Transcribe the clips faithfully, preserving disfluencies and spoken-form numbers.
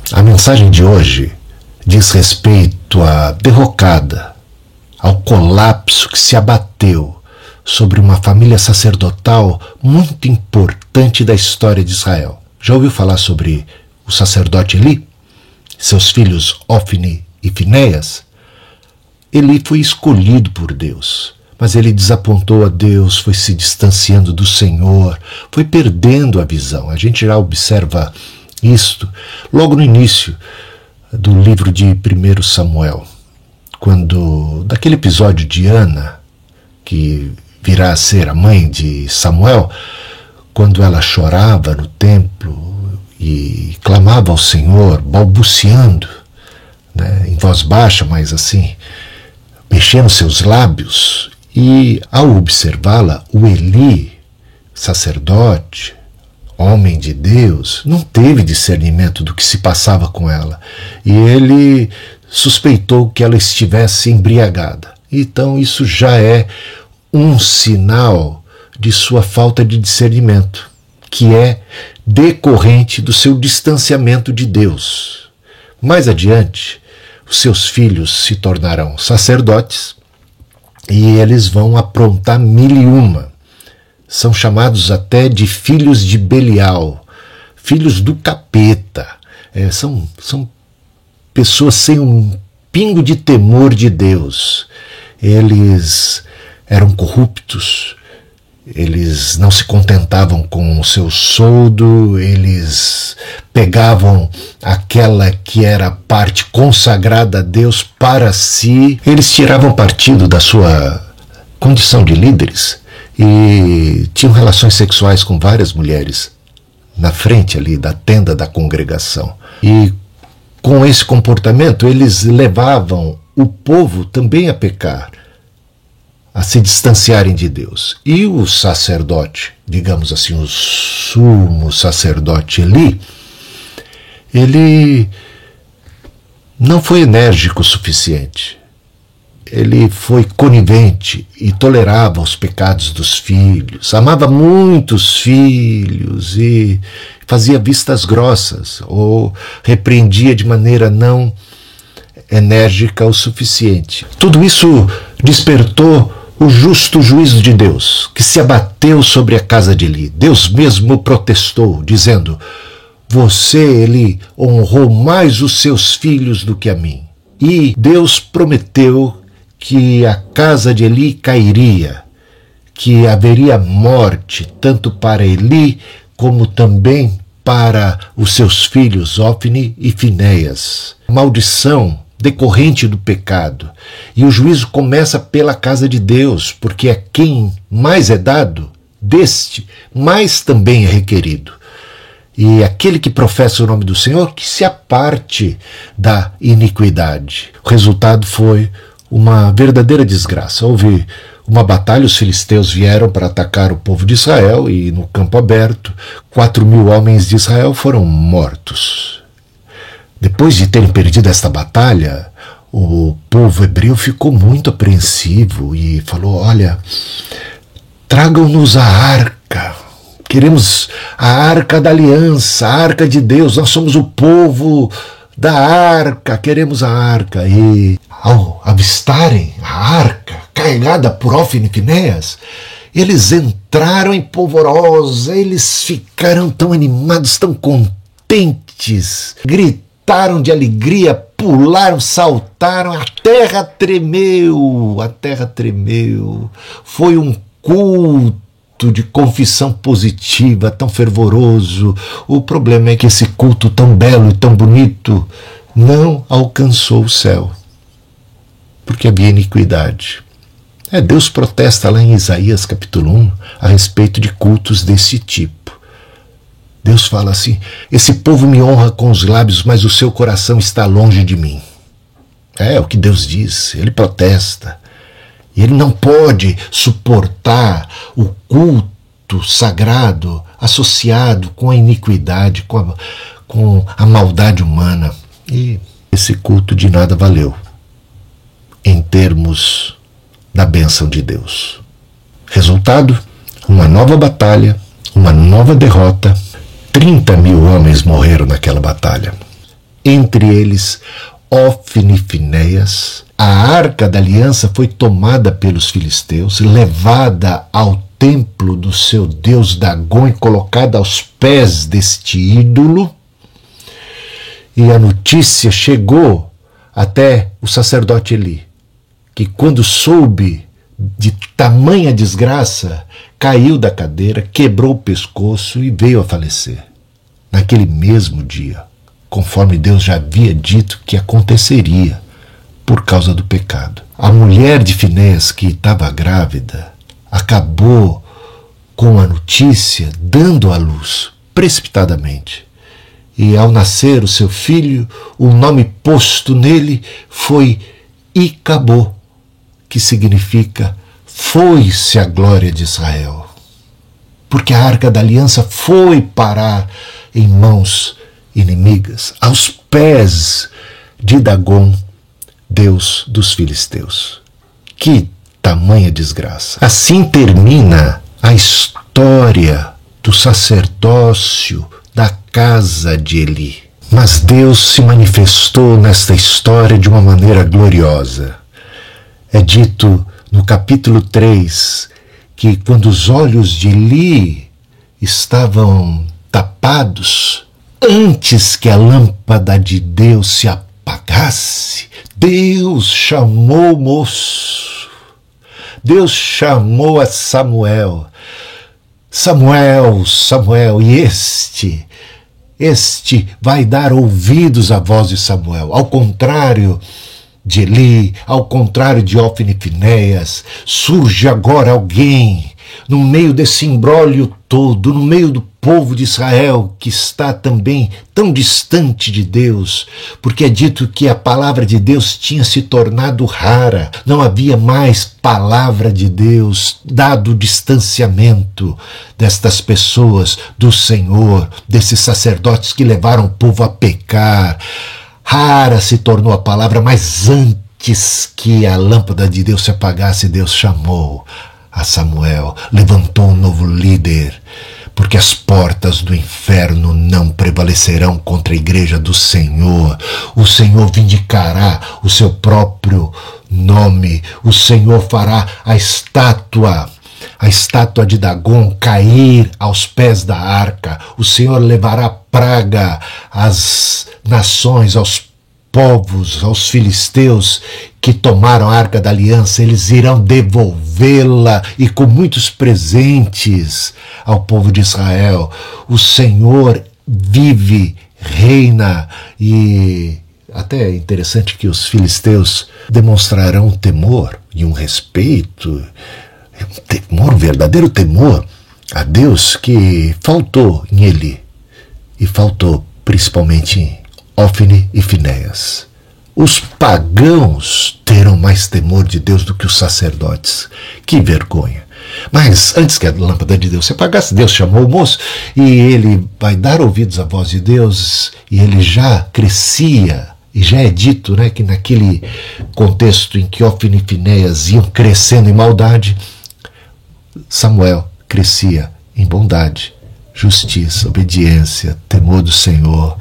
A mensagem de hoje diz respeito à derrocada, ao colapso que se abateu sobre uma família sacerdotal muito importante da história de Israel. Já ouviu falar sobre o sacerdote Eli? Seus filhos Ofni e Finéias? Eli foi escolhido por Deus, mas ele desapontou a Deus, foi se distanciando do Senhor, foi perdendo a visão. A gente já observa isto logo no início do livro de primeiro Samuel, quando, daquele episódio de Ana, que virá a ser a mãe de Samuel, quando ela chorava no templo e clamava ao Senhor, balbuciando, né, em voz baixa, mas assim, mexendo seus lábios, e ao observá-la, o Eli, sacerdote, homem de Deus, não teve discernimento do que se passava com ela, e ele suspeitou que ela estivesse embriagada. Então isso já é um sinal de sua falta de discernimento, que é decorrente do seu distanciamento de Deus. Mais adiante, os seus filhos se tornarão sacerdotes e eles vão aprontar mil e uma. São chamados até de filhos de Belial, filhos do capeta. É, são, são pessoas sem um pingo de temor de Deus. Eles eram corruptos, eles não se contentavam com o seu soldo, eles pegavam aquela que era a parte consagrada a Deus para si, eles tiravam partido da sua condição de líderes e tinham relações sexuais com várias mulheres na frente ali da tenda da congregação. E com esse comportamento eles levavam o povo também a pecar, a se distanciarem de Deus. E o sacerdote, digamos assim, o sumo sacerdote Eli, ele não foi enérgico o suficiente. Ele foi conivente e tolerava os pecados dos filhos, amava muito os filhos e fazia vistas grossas ou repreendia de maneira não enérgica o suficiente. Tudo isso despertou o justo juízo de Deus, que se abateu sobre a casa de Eli. Deus mesmo protestou, dizendo: você, Eli, honrou mais os seus filhos do que a mim. E Deus prometeu que a casa de Eli cairia, que haveria morte, tanto para Eli, como também para os seus filhos Ofni e Finéias. Maldição decorrente do pecado. E o juízo começa pela casa de Deus, porque a quem mais é dado, deste mais também é requerido. E aquele que professa o nome do Senhor, que se aparte da iniquidade. O resultado foi uma verdadeira desgraça. Houve uma batalha, os filisteus vieram para atacar o povo de Israel e no campo aberto, quatro mil homens de Israel foram mortos. Depois de terem perdido esta batalha, o povo hebreu ficou muito apreensivo e falou: olha, tragam-nos a arca, queremos a arca da aliança, a arca de Deus, nós somos o povo da arca, queremos a arca. E ao avistarem a arca carregada por Ofni e Finéias, eles entraram em polvorosa, eles ficaram tão animados, tão contentes, gritaram de alegria, pularam, saltaram, a terra tremeu, a terra tremeu. Foi um culto de confissão positiva, tão fervoroso. O problema é que esse culto tão belo e tão bonito não alcançou o céu, porque havia iniquidade. É, Deus protesta lá em Isaías capítulo um a respeito de cultos desse tipo. Deus fala assim: esse povo me honra com os lábios, mas o seu coração está longe de mim. É o que Deus diz, ele protesta. E ele não pode suportar o culto sagrado associado com a iniquidade, com a, com a maldade humana. E esse culto de nada valeu em termos da bênção de Deus. Resultado: uma nova batalha, uma nova derrota. trinta mil homens morreram naquela batalha. entre eles Ofni e Finéias. A arca da aliança foi tomada pelos filisteus, levada ao templo do seu deus Dagom e colocada aos pés deste ídolo. E a notícia chegou até o sacerdote Eli, que quando soube de tamanha desgraça, caiu da cadeira, quebrou o pescoço e veio a falecer. Naquele mesmo dia, conforme Deus já havia dito que aconteceria por causa do pecado. A mulher de Finéias, que estava grávida, acabou com a notícia dando à luz precipitadamente. E ao nascer o seu filho, o nome posto nele foi Icabô, que significa foi-se a glória de Israel. Porque a arca da aliança foi parar em mãos inimigas, aos pés de Dagom, deus dos filisteus. Que tamanha desgraça! Assim termina a história do sacerdócio da casa de Eli. Mas Deus se manifestou nesta história de uma maneira gloriosa. É dito no capítulo três que quando os olhos de Eli estavam tapados, antes que a lâmpada de Deus se apagasse, Deus chamou o moço. Deus chamou a Samuel. Samuel, Samuel, e este, este vai dar ouvidos à voz de Samuel. Ao contrário de Eli, ao contrário de Ofni e Finéias, surge agora alguém no meio desse imbróglio todo, no meio do povo de Israel, que está também tão distante de Deus, porque é dito que a palavra de Deus tinha se tornado rara, não havia mais palavra de Deus, dado o distanciamento destas pessoas do Senhor, desses sacerdotes que levaram o povo a pecar. Rara se tornou a palavra, mas antes que a lâmpada de Deus se apagasse, Deus chamou a Samuel, levantou um novo líder, porque as portas do inferno não prevalecerão contra a igreja do Senhor. O Senhor vindicará o seu próprio nome, o Senhor fará a estátua, a estátua de Dagom cair aos pés da arca, o Senhor levará praga às nações, aos povos, aos filisteus que tomaram a arca da aliança, eles irão devolvê-la e com muitos presentes ao povo de Israel. O Senhor vive, reina, e até é interessante que os filisteus demonstrarão um temor e um respeito, um temor, um verdadeiro temor a Deus que faltou em Eli e faltou principalmente em Ofni e Finéias. Os pagãos terão mais temor de Deus do que os sacerdotes. Que vergonha! Mas antes que a lâmpada de Deus se apagasse, Deus chamou o moço e ele vai dar ouvidos à voz de Deus, e ele já crescia, e já é dito, né, que naquele contexto em que Ofni e Finéias iam crescendo em maldade, Samuel crescia em bondade, justiça, obediência, temor do Senhor.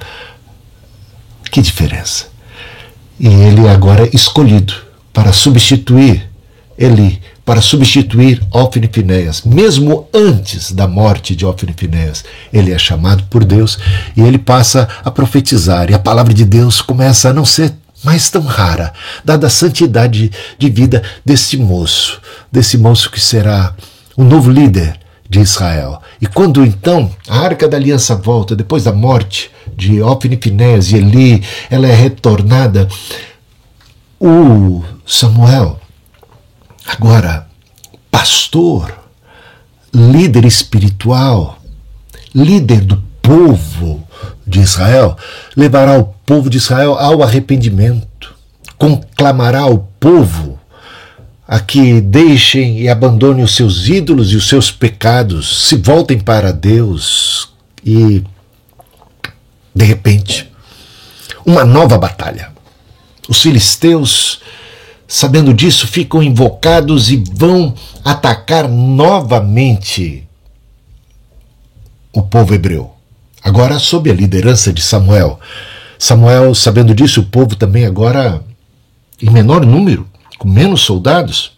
Que diferença! E ele agora é escolhido para substituir Eli, para substituir Ofni e Finéias. Mesmo antes da morte de Ofni e Finéias, ele é chamado por Deus e ele passa a profetizar. E a palavra de Deus começa a não ser mais tão rara, dada a santidade de vida desse moço, desse moço que será o novo líder de Israel. E quando então a arca da aliança volta, depois da morte de Ofni e Finéias e Eli, ela é retornada, o Samuel, agora pastor, líder espiritual, líder do povo de Israel, levará o povo de Israel ao arrependimento, conclamará o povo a que deixem e abandonem os seus ídolos e os seus pecados, se voltem para Deus. E, de repente, uma nova batalha. Os filisteus, sabendo disso, ficam invocados e vão atacar novamente o povo hebreu. Agora, sob a liderança de Samuel. Samuel, sabendo disso, o povo também agora em menor número, com menos soldados,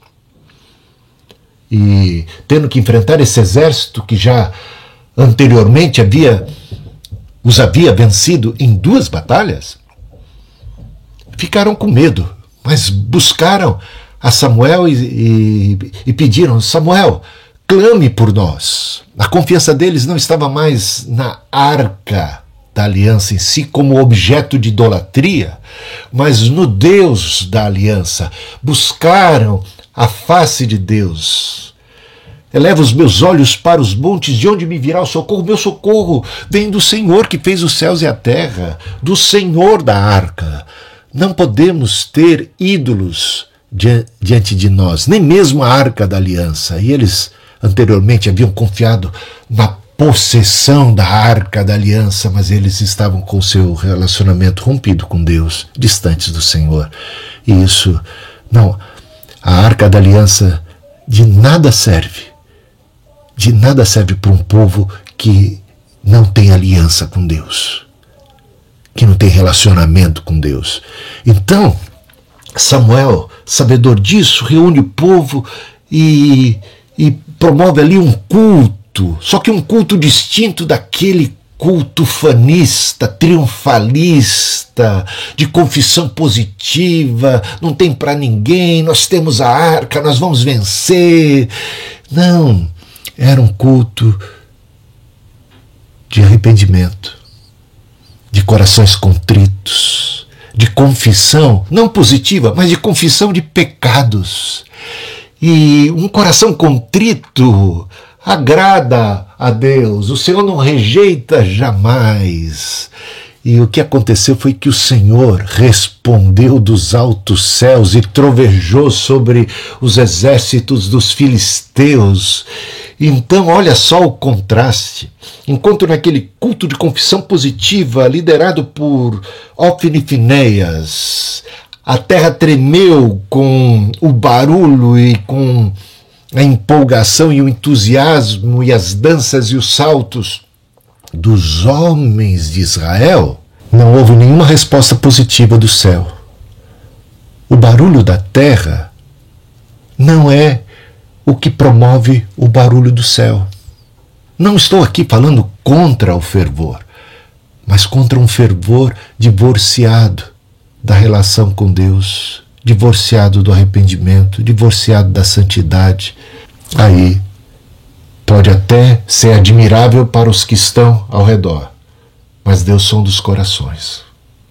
e tendo que enfrentar esse exército que já anteriormente havia, os havia vencido em duas batalhas, ficaram com medo, mas buscaram a Samuel e, e, e pediram: Samuel, clame por nós. A confiança deles não estava mais na arca da aliança em si como objeto de idolatria, mas no Deus da aliança. Buscaram a face de Deus. Eleva os meus olhos para os montes, de onde me virá o socorro? Meu socorro vem do Senhor que fez os céus e a terra, do Senhor da arca. Não podemos ter ídolos diante de nós, nem mesmo a arca da aliança. E eles anteriormente haviam confiado na possessão da arca da aliança, mas eles estavam com seu relacionamento rompido com Deus, distantes do Senhor. E isso, não, a arca da aliança de nada serve, de nada serve para um povo que não tem aliança com Deus, que não tem relacionamento com Deus. Então, Samuel, sabedor disso, reúne o povo e, e promove ali um culto, só que um culto distinto daquele culto fanista, triunfalista, de confissão positiva, não tem para ninguém, nós temos a arca, nós vamos vencer. Não, era um culto de arrependimento, de corações contritos, de confissão, não positiva, mas de confissão de pecados. E um coração contrito agrada a Deus, o Senhor não rejeita jamais. E o que aconteceu foi que o Senhor respondeu dos altos céus e trovejou sobre os exércitos dos filisteus. Então, olha só o contraste. Enquanto naquele culto de confissão positiva, liderado por Ofni e Finéias, a terra tremeu com o barulho e com a empolgação e o entusiasmo e as danças e os saltos dos homens de Israel, não houve nenhuma resposta positiva do céu. O barulho da terra não é o que promove o barulho do céu. Não estou aqui falando contra o fervor, mas contra um fervor divorciado da relação com Deus, divorciado do arrependimento, divorciado da santidade. Aí pode até ser admirável para os que estão ao redor, mas Deus sonda os corações.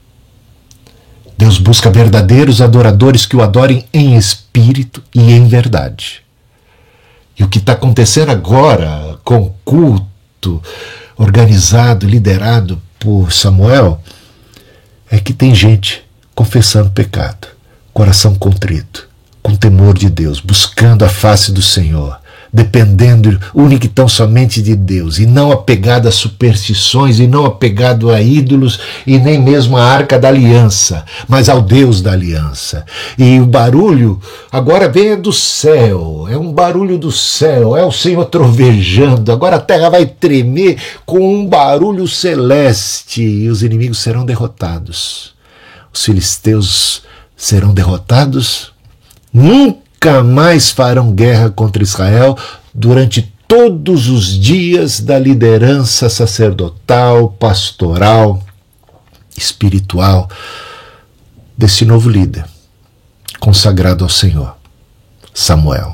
Deus busca verdadeiros adoradores que o adorem em espírito e em verdade. E o que está acontecendo agora com o culto organizado, liderado por Samuel, é que tem gente confessando pecado, coração contrito, com temor de Deus, buscando a face do Senhor, dependendo única e tão somente de Deus, e não apegado a superstições, e não apegado a ídolos, e nem mesmo à arca da aliança, mas ao Deus da aliança. E o barulho agora vem do céu, é um barulho do céu, é o Senhor trovejando, agora a terra vai tremer com um barulho celeste, e os inimigos serão derrotados. Os filisteus serão derrotados, nunca mais farão guerra contra Israel durante todos os dias da liderança sacerdotal, pastoral, espiritual desse novo líder, consagrado ao Senhor, Samuel.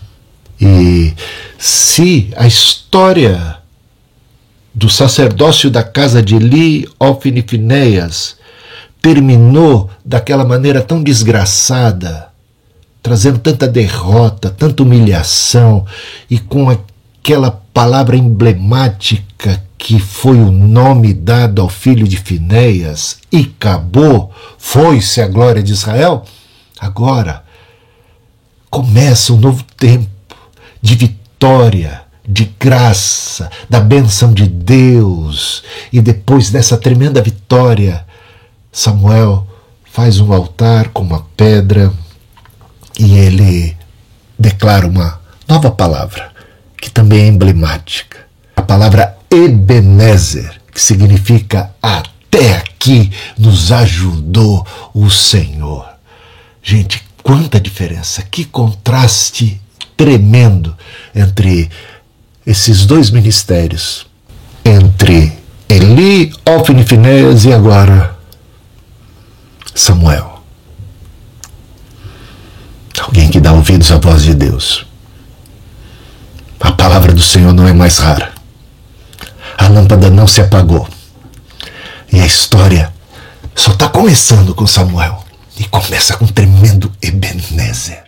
E se a história do sacerdócio da casa de Eli, Ofni e Finéias terminou daquela maneira tão desgraçada, trazendo tanta derrota, tanta humilhação, e com aquela palavra emblemática que foi o nome dado ao filho de Finéias, e acabou, foi-se a glória de Israel, agora começa um novo tempo de vitória, de graça, da bênção de Deus. E depois dessa tremenda vitória, Samuel faz um altar com uma pedra e ele declara uma nova palavra, que também é emblemática. A palavra Ebenezer, que significa até até aqui nos ajudou o Senhor. Gente, quanta diferença, que contraste tremendo entre esses dois ministérios, entre Eli, Hofni e Finéias e agora Samuel. Alguém que dá ouvidos à voz de Deus. A palavra do Senhor não é mais rara. A lâmpada não se apagou. E a história só está começando com Samuel. E começa com um tremendo Ebenezer.